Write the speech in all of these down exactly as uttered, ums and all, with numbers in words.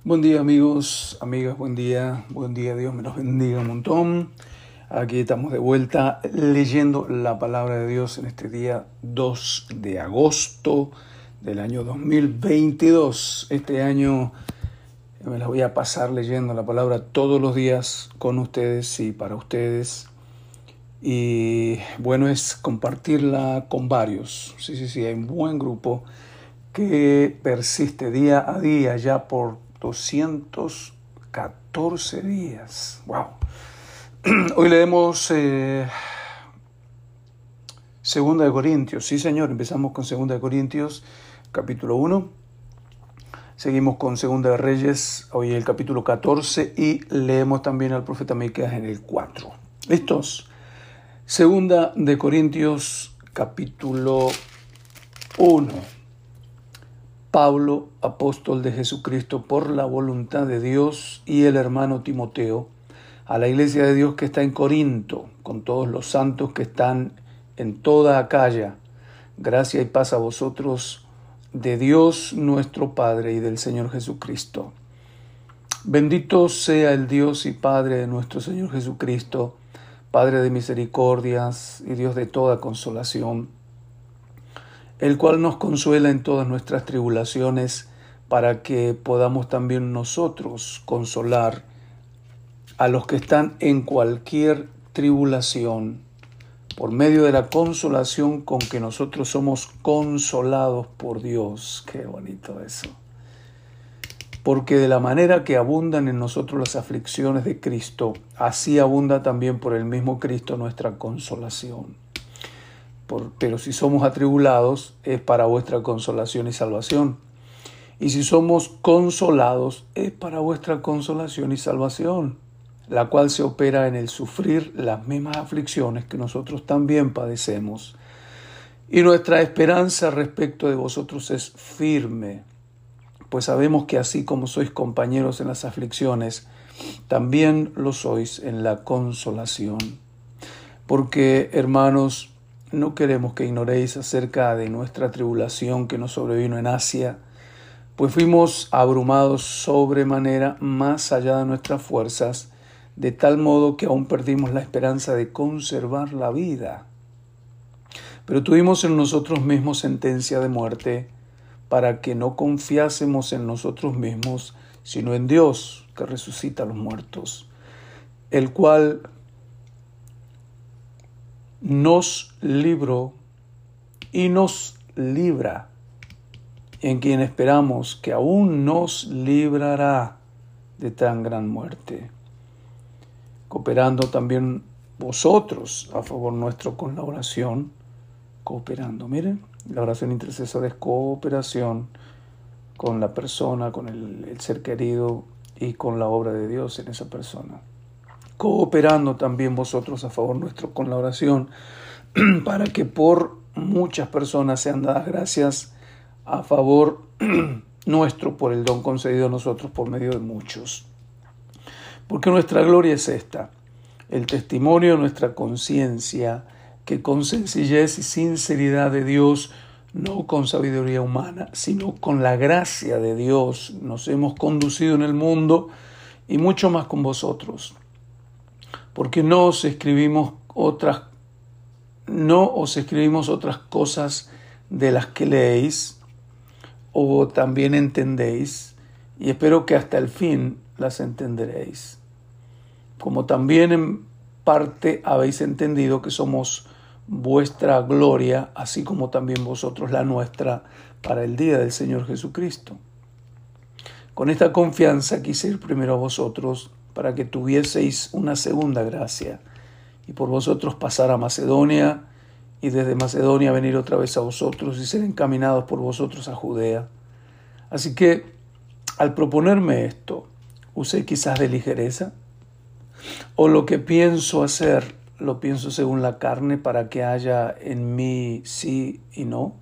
Buen día amigos, amigas, buen día, buen día, Dios me los bendiga un montón. Aquí estamos de vuelta leyendo la palabra de Dios en este día dos de agosto del año dos mil veintidós. Este año me la voy a pasar leyendo la palabra todos los días con ustedes y para ustedes. Y bueno es compartirla con varios. Sí, sí, sí, hay un buen grupo que persiste día a día ya por doscientos catorce días. Wow. Hoy leemos eh, Segunda de Corintios. Sí, señor, empezamos con Segunda de Corintios, capítulo uno. Seguimos con Segunda de Reyes, hoy el capítulo catorce, y leemos también al profeta Miqueas en el cuatro. ¿Listos? Segunda de Corintios, capítulo uno. Pablo, apóstol de Jesucristo por la voluntad de Dios, y el hermano Timoteo, a la iglesia de Dios que está en Corinto, con todos los santos que están en toda Acaya. Gracia y paz a vosotros, de Dios nuestro Padre y del Señor Jesucristo. Bendito sea el Dios y Padre de nuestro Señor Jesucristo, Padre de misericordias y Dios de toda consolación, el cual nos consuela en todas nuestras tribulaciones, para que podamos también nosotros consolar a los que están en cualquier tribulación, por medio de la consolación con que nosotros somos consolados por Dios. Qué bonito eso. Porque de la manera que abundan en nosotros las aflicciones de Cristo, así abunda también por el mismo Cristo nuestra consolación. Por, pero si somos atribulados, es para vuestra consolación y salvación. Y si somos consolados, es para vuestra consolación y salvación, la cual se opera en el sufrir las mismas aflicciones que nosotros también padecemos. Y nuestra esperanza respecto de vosotros es firme, pues sabemos que así como sois compañeros en las aflicciones, también lo sois en la consolación. Porque, hermanos, no queremos que ignoréis acerca de nuestra tribulación que nos sobrevino en Asia, pues fuimos abrumados sobremanera más allá de nuestras fuerzas, de tal modo que aún perdimos la esperanza de conservar la vida. Pero tuvimos en nosotros mismos sentencia de muerte, para que no confiásemos en nosotros mismos, sino en Dios, que resucita a los muertos, el cual nos libró y nos libra, en quien esperamos que aún nos librará de tan gran muerte, cooperando también vosotros a favor nuestro con la oración, cooperando. Miren, la oración intercesora es cooperación con la persona, con el, el ser querido y con la obra de Dios en esa persona. Cooperando también vosotros a favor nuestro con la oración, para que por muchas personas sean dadas gracias a favor nuestro por el don concedido a nosotros por medio de muchos. Porque nuestra gloria es esta, el testimonio de nuestra conciencia, que con sencillez y sinceridad de Dios, no con sabiduría humana, sino con la gracia de Dios, nos hemos conducido en el mundo, y mucho más con vosotros. Porque no os escribimos otras, no os escribimos otras cosas de las que leéis o también entendéis, y espero que hasta el fin las entenderéis. Como también en parte habéis entendido que somos vuestra gloria, así como también vosotros la nuestra, para el día del Señor Jesucristo. Con esta confianza quise ir primero a vosotros, para que tuvieseis una segunda gracia, y por vosotros pasar a Macedonia, y desde Macedonia venir otra vez a vosotros, y ser encaminados por vosotros a Judea. Así que, al proponerme esto, ¿usé quizás de ligereza? ¿O lo que pienso hacer, lo pienso según la carne, para que haya en mí sí y no?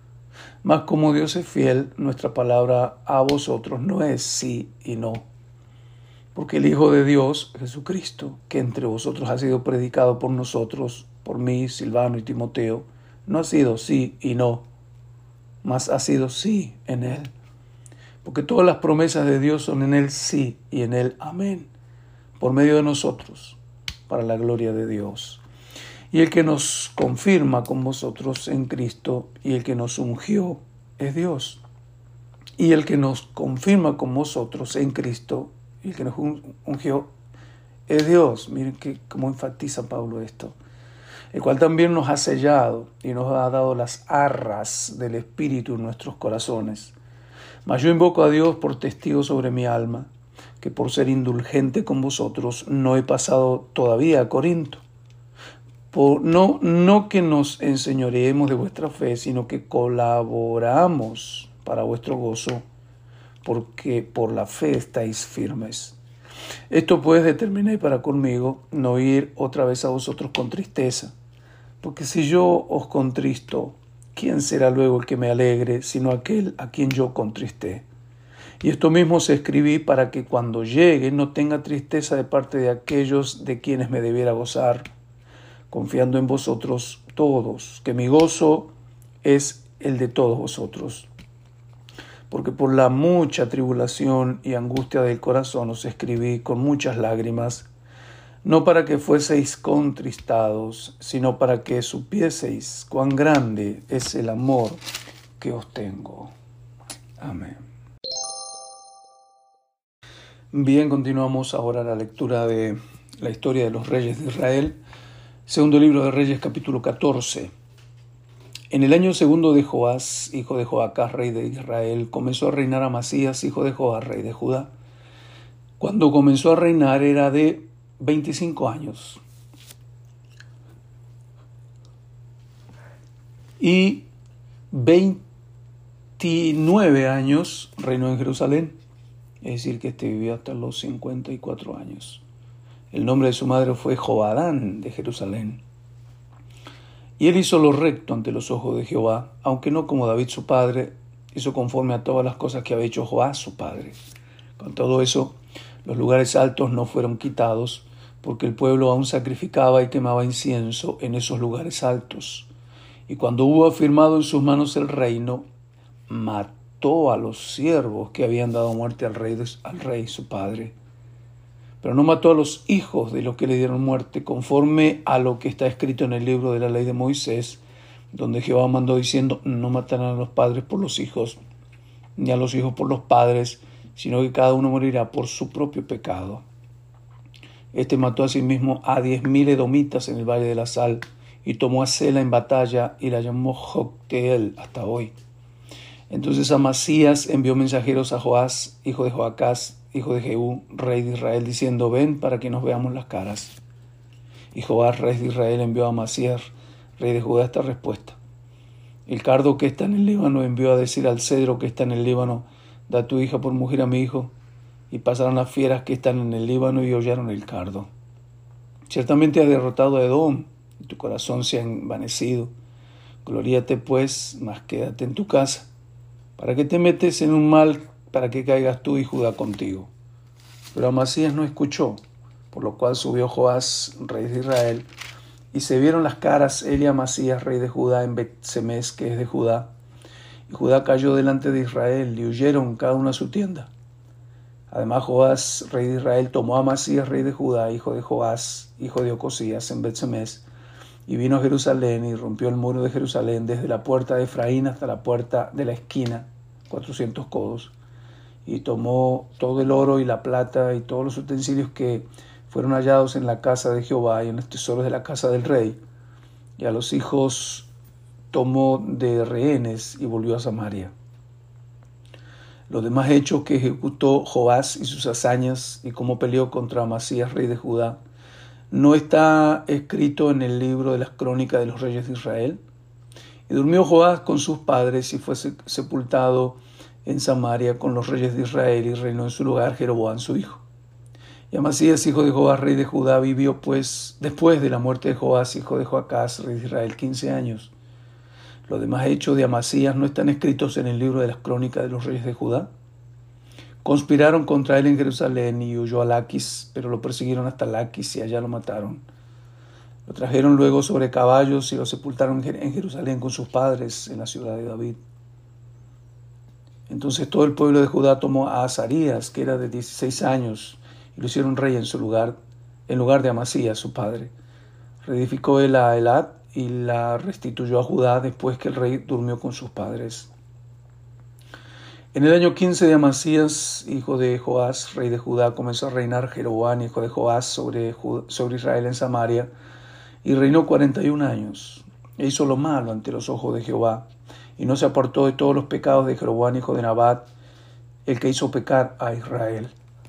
Mas como Dios es fiel, nuestra palabra a vosotros no es sí y no. Porque el Hijo de Dios, Jesucristo, que entre vosotros ha sido predicado por nosotros, por mí, Silvano y Timoteo, no ha sido sí y no, mas ha sido sí en él. porque todas las promesas de Dios son en Él sí y en Él amén, por medio de nosotros, para la gloria de Dios. Y el que nos confirma con vosotros en Cristo y el que nos ungió es Dios. Y el que nos confirma con vosotros en Cristo y el que nos ungió es Dios. Miren que, cómo enfatiza Pablo esto. El cual también nos ha sellado y nos ha dado las arras del Espíritu en nuestros corazones. Mas yo invoco a Dios por testigo sobre mi alma, que por ser indulgente con vosotros no he pasado todavía a Corinto. Por, no, no que nos enseñoreemos de vuestra fe, sino que colaboramos para vuestro gozo, porque por la fe estáis firmes. Esto pues determiné para conmigo no ir otra vez a vosotros con tristeza, porque si yo os contristo, ¿quién será luego el que me alegre, sino aquel a quien yo contristé? Y esto mismo os escribí para que cuando llegue no tenga tristeza de parte de aquellos de quienes me debiera gozar, confiando en vosotros todos, que mi gozo es el de todos vosotros. Porque por la mucha tribulación y angustia del corazón os escribí con muchas lágrimas, no para que fueseis contristados, sino para que supieseis cuán grande es el amor que os tengo. Amén. Bien, continuamos ahora la lectura de la historia de los reyes de Israel. Segundo libro de Reyes, capítulo catorce. En el año segundo de Joás, hijo de Joacás, rey de Israel, comenzó a reinar Amasías, hijo de Joás, rey de Judá. Cuando comenzó a reinar era de veinticinco años. Y veintinueve años reinó en Jerusalén, es decir, que este vivió hasta los cincuenta y cuatro años. El nombre de su madre fue Joadán de Jerusalén. Y él hizo lo recto ante los ojos de Jehová, aunque no como David su padre, hizo conforme a todas las cosas que había hecho Joás su padre. Con todo eso, los lugares altos no fueron quitados, porque el pueblo aún sacrificaba y quemaba incienso en esos lugares altos. Y cuando hubo afirmado en sus manos el reino, mató a los siervos que habían dado muerte al rey, al rey su padre. Pero no mató a los hijos de los que le dieron muerte, conforme a lo que está escrito en el libro de la ley de Moisés, donde Jehová mandó diciendo, no matarán a los padres por los hijos, ni a los hijos por los padres, sino que cada uno morirá por su propio pecado. Este mató asimismo a diez mil edomitas en el valle de la Sal, y tomó a Sela en batalla, y la llamó Jocteel hasta hoy. Entonces Amasías envió mensajeros a Joás, hijo de Joacás, hijo de Jehú, rey de Israel, diciendo, ven para que nos veamos las caras. Y Joás, rey de Israel, envió a Amasías, rey de Judá, esta respuesta. El cardo que está en el Líbano envió a decir al cedro que está en el Líbano, da tu hija por mujer a mi hijo. Y pasaron las fieras que están en el Líbano y hollaron el cardo. Ciertamente has derrotado a Edom, y tu corazón se ha envanecido. Gloríate pues, mas quédate en tu casa. ¿Para qué te metes en un mal para que caigas tú y Judá contigo? Pero Amasías no escuchó, por lo cual subió Joás, rey de Israel, y se vieron las caras él y Amasías, rey de Judá, en Bet-Semes, que es de Judá. Y Judá cayó delante de Israel, y huyeron cada uno a su tienda. Además Joás, rey de Israel, tomó a Amasías, rey de Judá, hijo de Joás, hijo de Ocosías, en Bet-Semes, y vino a Jerusalén, y rompió el muro de Jerusalén, desde la puerta de Efraín hasta la puerta de la esquina, cuatrocientos codos. Y tomó todo el oro y la plata y todos los utensilios que fueron hallados en la casa de Jehová y en los tesoros de la casa del rey. Y a los hijos tomó de rehenes y volvió a Samaria. Los demás hechos que ejecutó Joás y sus hazañas y cómo peleó contra Amasías, rey de Judá, ¿no está escrito en el libro de las crónicas de los reyes de Israel? Y durmió Joás con sus padres y fue sepultado en Samaria con los reyes de Israel, y reinó en su lugar Jeroboam su hijo. Y Amasías, hijo de Joás, rey de Judá, vivió pues después de la muerte de Joás, hijo de Joacás, rey de Israel, quince años. Los demás hechos de Amasías no están escritos en el libro de las crónicas de los reyes de Judá. Conspiraron contra él en Jerusalén y huyó a Laquis, pero lo persiguieron hasta Laquis y allá lo mataron. Lo trajeron luego sobre caballos y lo sepultaron en Jerusalén con sus padres en la ciudad de David. Entonces todo el pueblo de Judá tomó a Azarías, que era de dieciséis años, y lo hicieron rey en su lugar, en lugar de Amasías, su padre. Reedificó él a Elat y la restituyó a Judá después que el rey durmió con sus padres. En el año quince de Amasías, hijo de Joás, rey de Judá, comenzó a reinar Jeroboam, hijo de Joás, sobre, sobre Israel en Samaria, y reinó cuarenta y un años. E hizo lo malo ante los ojos de Jehová, y no se apartó de todos los pecados de Jeroboam, hijo de Nabat, el que hizo pecar a Israel.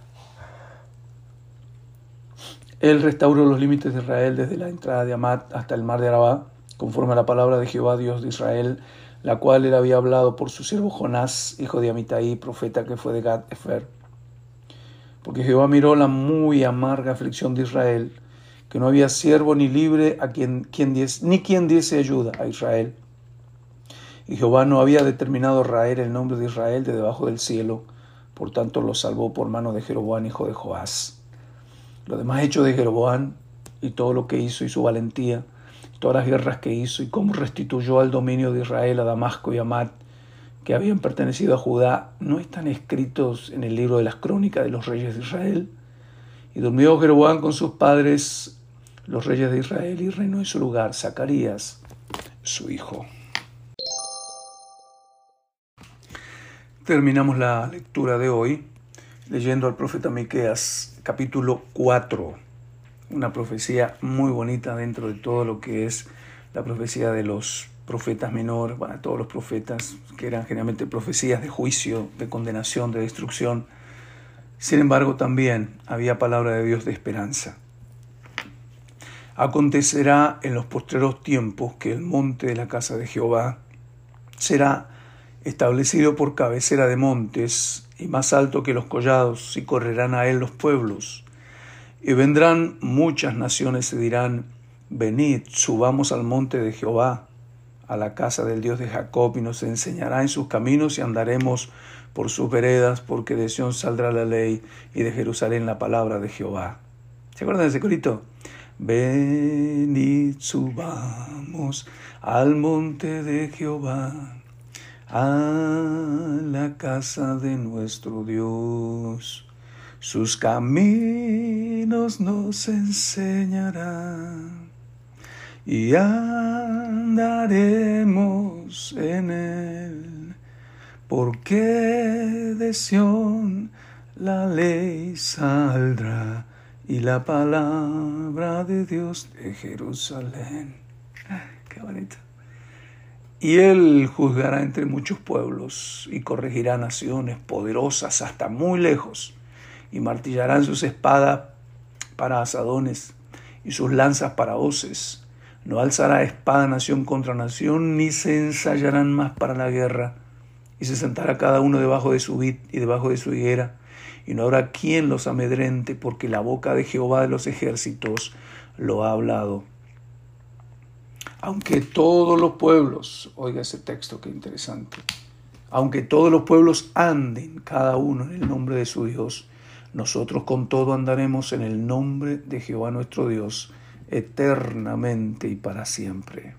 Él restauró los límites de Israel desde la entrada de Amat hasta el mar de Arabá, conforme a la palabra de Jehová, Dios de Israel, la cual él había hablado por su siervo Jonás, hijo de Amitai, profeta que fue de Gat-Efer. Porque Jehová miró la muy amarga aflicción de Israel, que no había siervo ni libre a quien, quien diese, ni quien diese ayuda a Israel. Y Jehová no había determinado raer el nombre de Israel de debajo del cielo, por tanto lo salvó por mano de Jeroboam, hijo de Joás. Los demás hechos de Jeroboam y todo lo que hizo y su valentía, todas las guerras que hizo y cómo restituyó al dominio de Israel a Damasco y Amat, que habían pertenecido a Judá, no están escritos en el libro de las crónicas de los reyes de Israel. Y durmió Jeroboam con sus padres, los reyes de Israel, y reinó en su lugar Zacarías, su hijo. Terminamos la lectura de hoy leyendo al profeta Miqueas, capítulo cuatro, una profecía muy bonita dentro de todo lo que es la profecía de los profetas menores, bueno, todos los profetas que eran generalmente profecías de juicio, de condenación, de destrucción. Sin embargo, también había palabra de Dios de esperanza. Acontecerá en los postreros tiempos que el monte de la casa de Jehová será establecido por cabecera de montes y más alto que los collados, y correrán a él los pueblos. Y vendrán muchas naciones y dirán: venid, subamos al monte de Jehová, a la casa del Dios de Jacob, y nos enseñará en sus caminos y andaremos por sus veredas, porque de Sión saldrá la ley y de Jerusalén la palabra de Jehová. ¿Se acuerdan de ese corito? Venid, subamos al monte de Jehová, a la casa de nuestro Dios. Sus caminos nos enseñarán y andaremos en él, porque de Sión la ley saldrá y la palabra de Dios de Jerusalén. Qué bonito. Y él juzgará entre muchos pueblos y corregirá naciones poderosas hasta muy lejos, y martillarán sus espadas para asadones y sus lanzas para hoces. No alzará espada nación contra nación, ni se ensayarán más para la guerra. Y se sentará cada uno debajo de su vid y debajo de su higuera, y no habrá quien los amedrente, porque la boca de Jehová de los ejércitos lo ha hablado. Aunque todos los pueblos, oiga ese texto, qué interesante, aunque todos los pueblos anden cada uno en el nombre de su Dios, nosotros con todo andaremos en el nombre de Jehová nuestro Dios, eternamente y para siempre.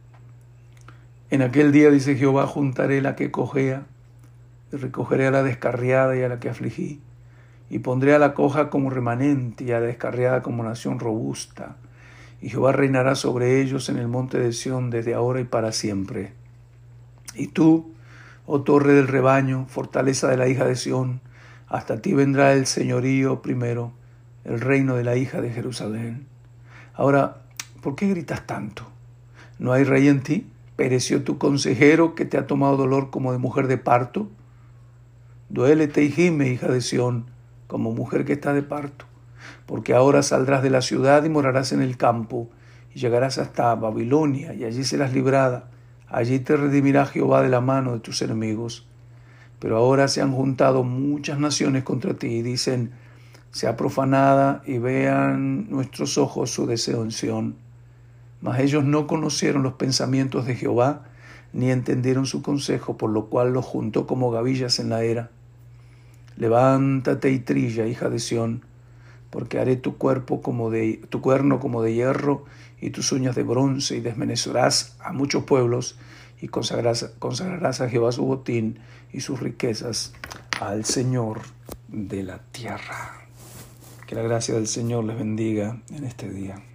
En aquel día, dice Jehová, juntaré la que cojea, y recogeré a la descarriada y a la que afligí, y pondré a la coja como remanente y a la descarriada como nación robusta. Y Jehová reinará sobre ellos en el monte de Sión desde ahora y para siempre. Y tú, oh torre del rebaño, fortaleza de la hija de Sión, hasta ti vendrá el señorío primero, el reino de la hija de Jerusalén. Ahora, ¿por qué gritas tanto? ¿No hay rey en ti? ¿Pereció tu consejero que te ha tomado dolor como de mujer de parto? Duélete y gime, hija de Sión, como mujer que está de parto. Porque ahora saldrás de la ciudad y morarás en el campo, y llegarás hasta Babilonia, y allí serás librada. Allí te redimirá Jehová de la mano de tus enemigos. Pero ahora se han juntado muchas naciones contra ti, y dicen: sea profanada, y vean nuestros ojos su deseo en Sión. Mas ellos no conocieron los pensamientos de Jehová, ni entendieron su consejo, por lo cual los juntó como gavillas en la era. Levántate y trilla, hija de Sión, porque haré tu cuerpo como de tu cuerno como de hierro y tus uñas de bronce, y desmenecerás a muchos pueblos, y consagrarás, consagrarás a Jehová su botín y sus riquezas al Señor de la tierra. Que la gracia del Señor les bendiga en este día.